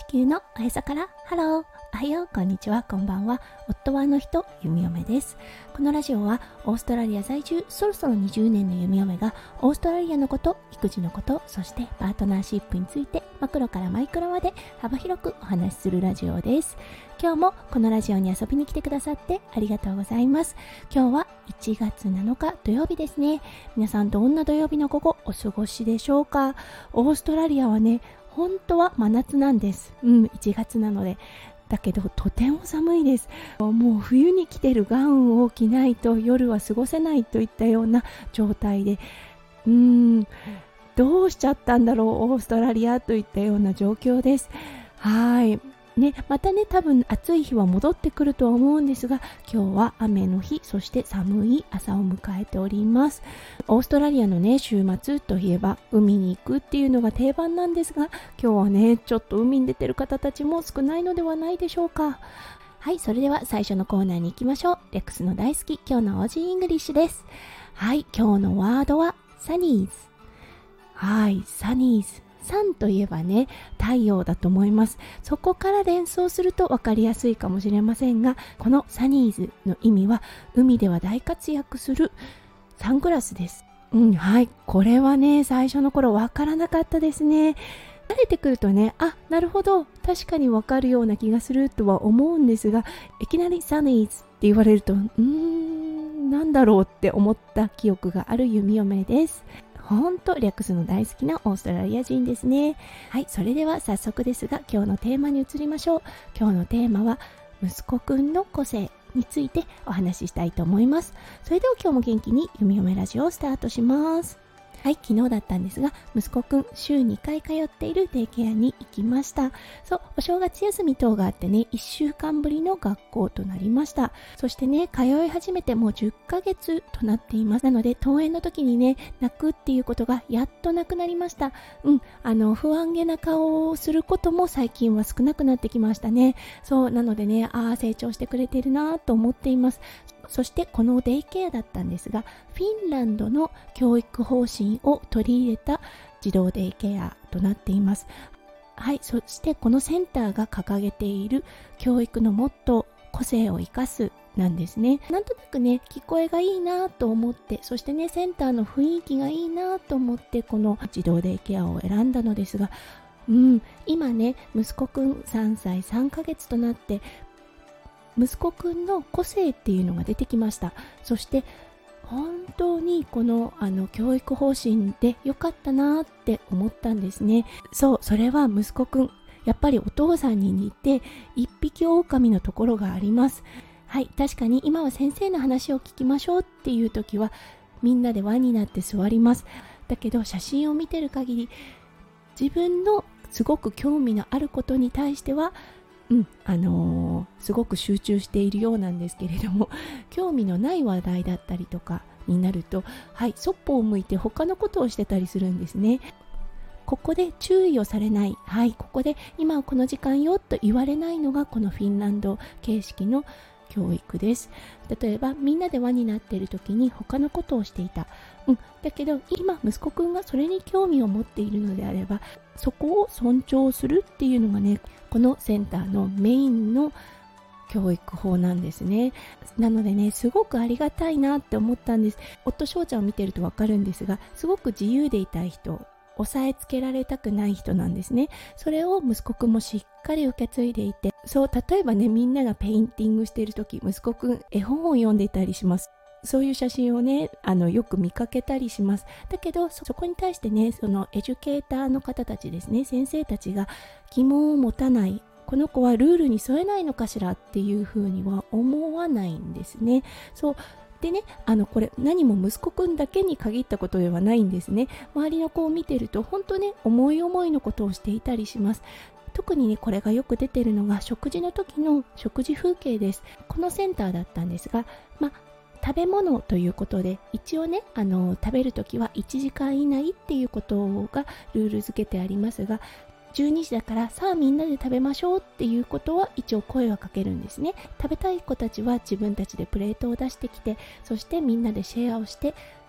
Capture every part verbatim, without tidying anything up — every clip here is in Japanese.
球のおへそからハロー、おはよう、こんにちは、こんばんは。夫はあの人、弓嫁です。このラジオはオーストラリア在住そろそろにじゅうねんの弓嫁がオーストラリアのこと、育児のこと、そしてパートナーシップについてマクロからマイクロまで幅広くお話しするラジオです。今日もこのラジオに遊びに来てくださってありがとうございます。今日はいちがつなのか土曜日ですね。皆さんどんな土曜日の午後お過ごしでしょうか。オーストラリアはね、本当は真夏なんです。うん、いちがつなので。だけどとても寒いです。もう冬に着てるガウンを着ないと夜は過ごせないといったような状態で、うーん、どうしちゃったんだろうオーストラリアといったような状況です。はいね、またね、多分暑い日は戻ってくるとは思うんですが、今日は雨の日、そして寒い朝を迎えております。オーストラリアのね、週末といえば海に行くっていうのが定番なんですが、今日はね、ちょっと海に出てる方たちも少ないのではないでしょうか。はい、それでは最初のコーナーに行きましょう。レックスの大好き、今日の オージー イングリッシュです。はい、今日のワードはサニーズ。はい、サニーズ。サンといえばね、太陽だと思います。そこから連想すると分かりやすいかもしれませんが、このサニーズの意味は海では大活躍するサングラスです。うん、はい、これはね、最初の頃分からなかったですね。慣れてくるとね、あ、なるほど、確かに分かるような気がするとは思うんですが、いきなりサニーズって言われると、うーん、なんだろうって思った記憶がある弓嫁です。ほんと略すの大好きなオーストラリア人ですね。はい、それでは早速ですが今日のテーマに移りましょう。今日のテーマは息子くんの個性についてお話ししたいと思います。それでは今日も元気に弓嫁ラジオをスタートします。はい、昨日だったんですが、息子くん週にかい通っているデイケアに行きました。そう、お正月休み等があってね、いっしゅうかんぶりの学校となりました。そしてね、通い始めてもうじゅっかげつとなっています。なので、登園の時にね、泣くっていうことがやっとなくなりました。うん、あの、不安げな顔をすることも最近は少なくなってきましたね。そう、なのでね、ああ、成長してくれてるなと思っています。そしてこのデイケアだったんですが、フィンランドの教育方針を取り入れた児童デイケアとなっています。はい、そしてこのセンターが掲げている教育のモットー、個性を生かすなんですね。なんとなくね、聞こえがいいなと思って、そしてね、センターの雰囲気がいいなと思ってこの児童デイケアを選んだのですが、うん、今ね、息子くんさんさいさんかげつとなって息子くんの個性っていうのが出てきました。そして本当にこのあの教育方針で良かったなって思ったんですね。そう、それは息子くん、やっぱりお父さんに似て一匹狼のところがあります。はい、確かに今は先生の話を聞きましょうっていう時はみんなで輪になって座ります。だけど写真を見てる限り自分のすごく興味のあることに対してはうん、あのー、すごく集中しているようなんですけれども、興味のない話題だったりとかになると、はい、そっぽを向いて他のことをしてたりするんですね。ここで注意をされない、はい、ここで今はこの時間よと言われないのがこのフィンランド形式の教育です。例えばみんなで輪になっている時に他のことをしていた、うん、だけど今息子くんがそれに興味を持っているのであればそこを尊重するっていうのがね、このセンターのメインの教育法なんですね。なのでね、すごくありがたいなって思ったんです。夫翔ちゃんを見てるとわかるんですが、すごく自由でいたい人、押さえつけられたくない人なんですね。それを息子くんもしっかり受け継いでいて、そう例えばね、みんながペインティングしている時、息子くん絵本を読んでいたりします。そういう写真をね、あのよく見かけたりします。だけど そ, そこに対してね、そのエデュケーターの方たちですね、先生たちが疑問を持たない、この子はルールに沿えないのかしらっていうふうには思わないんですね。そうでね、あのこれ何も息子くんだけに限ったことではないんですね。周りの子を見てると本当ね、思い思いのことをしていたりします。特にね、これがよく出てるのが食事の時の食事風景です。このセンターだったんですが、まあ食べ物ということで一応ね、あの食べるときはいちじかん以内っていうことがルール付けてありますが、じゅうにじだからさあみんなで食べましょうっていうことは一応声はかけるんですね。食べたい子たちは自分たちでプレートを出してきて、そしてみんなでシェアをして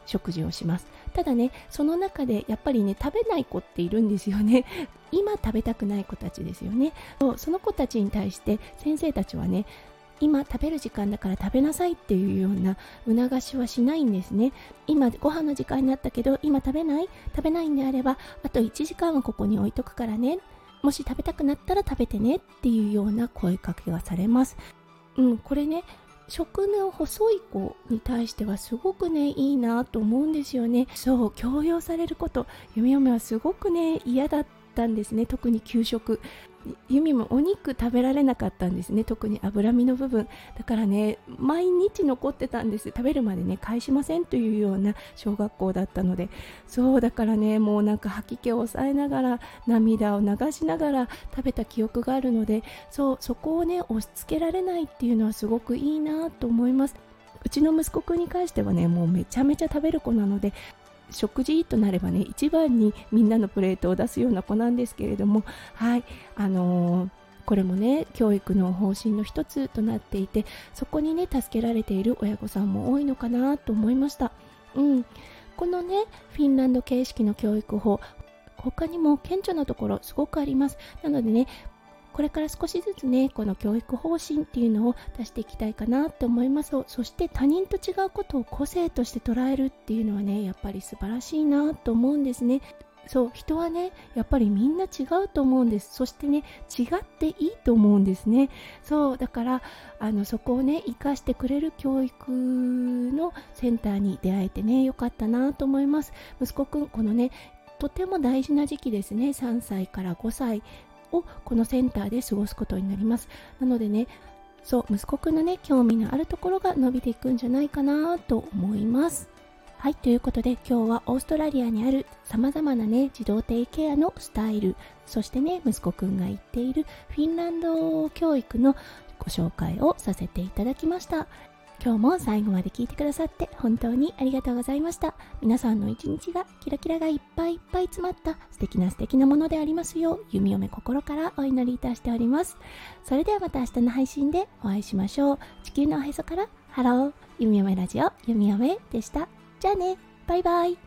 食事をします。ただね、その中でやっぱりね、食べない子っているんですよね。今食べたくない子たちですよね。その子たちに対して先生たちはね、今食べる時間だから食べなさいっていうような促しはしないんですね。今ご飯の時間になったけど今食べない食べないんであれば、あといちじかんはここに置いとくからね、もし食べたくなったら食べてねっていうような声かけがされます。うん、これね、食の細い子に対してはすごくね、いいなと思うんですよね。そう、強要されること、ゆみおめはすごくね、嫌だったんですね。特に給食。ゆみもお肉食べられなかったんですね。特に脂身の部分だからね、毎日残ってたんです。食べるまでね返しませんというような小学校だったので、そうだからね、もうなんか吐き気を抑えながら涙を流しながら食べた記憶があるので、そうそこをね押し付けられないっていうのはすごくいいなと思います。うちの息子くんに関してはね、もうめちゃめちゃ食べる子なので、食事となればね、一番にみんなのプレートを出すような子なんですけれども、はい、あのー、これもね、教育の方針の一つとなっていて、そこにね、助けられている親御さんも多いのかなと思いました。うん、このね、フィンランド形式の教育法、他にも顕著なところすごくあります。なのでね、これから少しずつね、この教育方針っていうのを出していきたいかなと思います。そして他人と違うことを個性として捉えるっていうのはね、やっぱり素晴らしいなと思うんですね。そう、人はね、やっぱりみんな違うと思うんです。そしてね、違っていいと思うんですね。そうだから、あのそこをね生かしてくれる教育のセンターに出会えてね、よかったなと思います。息子くん、このね、とても大事な時期ですね。さんさいからごさいをこのセンターで過ごすことになります。なのでね、そう、息子くんのね、興味のあるところが伸びていくんじゃないかなと思います。はい、ということで今日はオーストラリアにあるさまざまなね、児童デイケアのスタイル、そしてね、息子くんが言っているフィンランド教育のご紹介をさせていただきました。今日も最後まで聞いてくださって本当にありがとうございました。皆さんの一日がキラキラがいっぱいいっぱい詰まった素敵な素敵なものでありますよう、弓嫁心からお祈りいたしております。それではまた明日の配信でお会いしましょう。地球のおへそからハロー、弓嫁ラジオ弓嫁でした。じゃあね、バイバイ。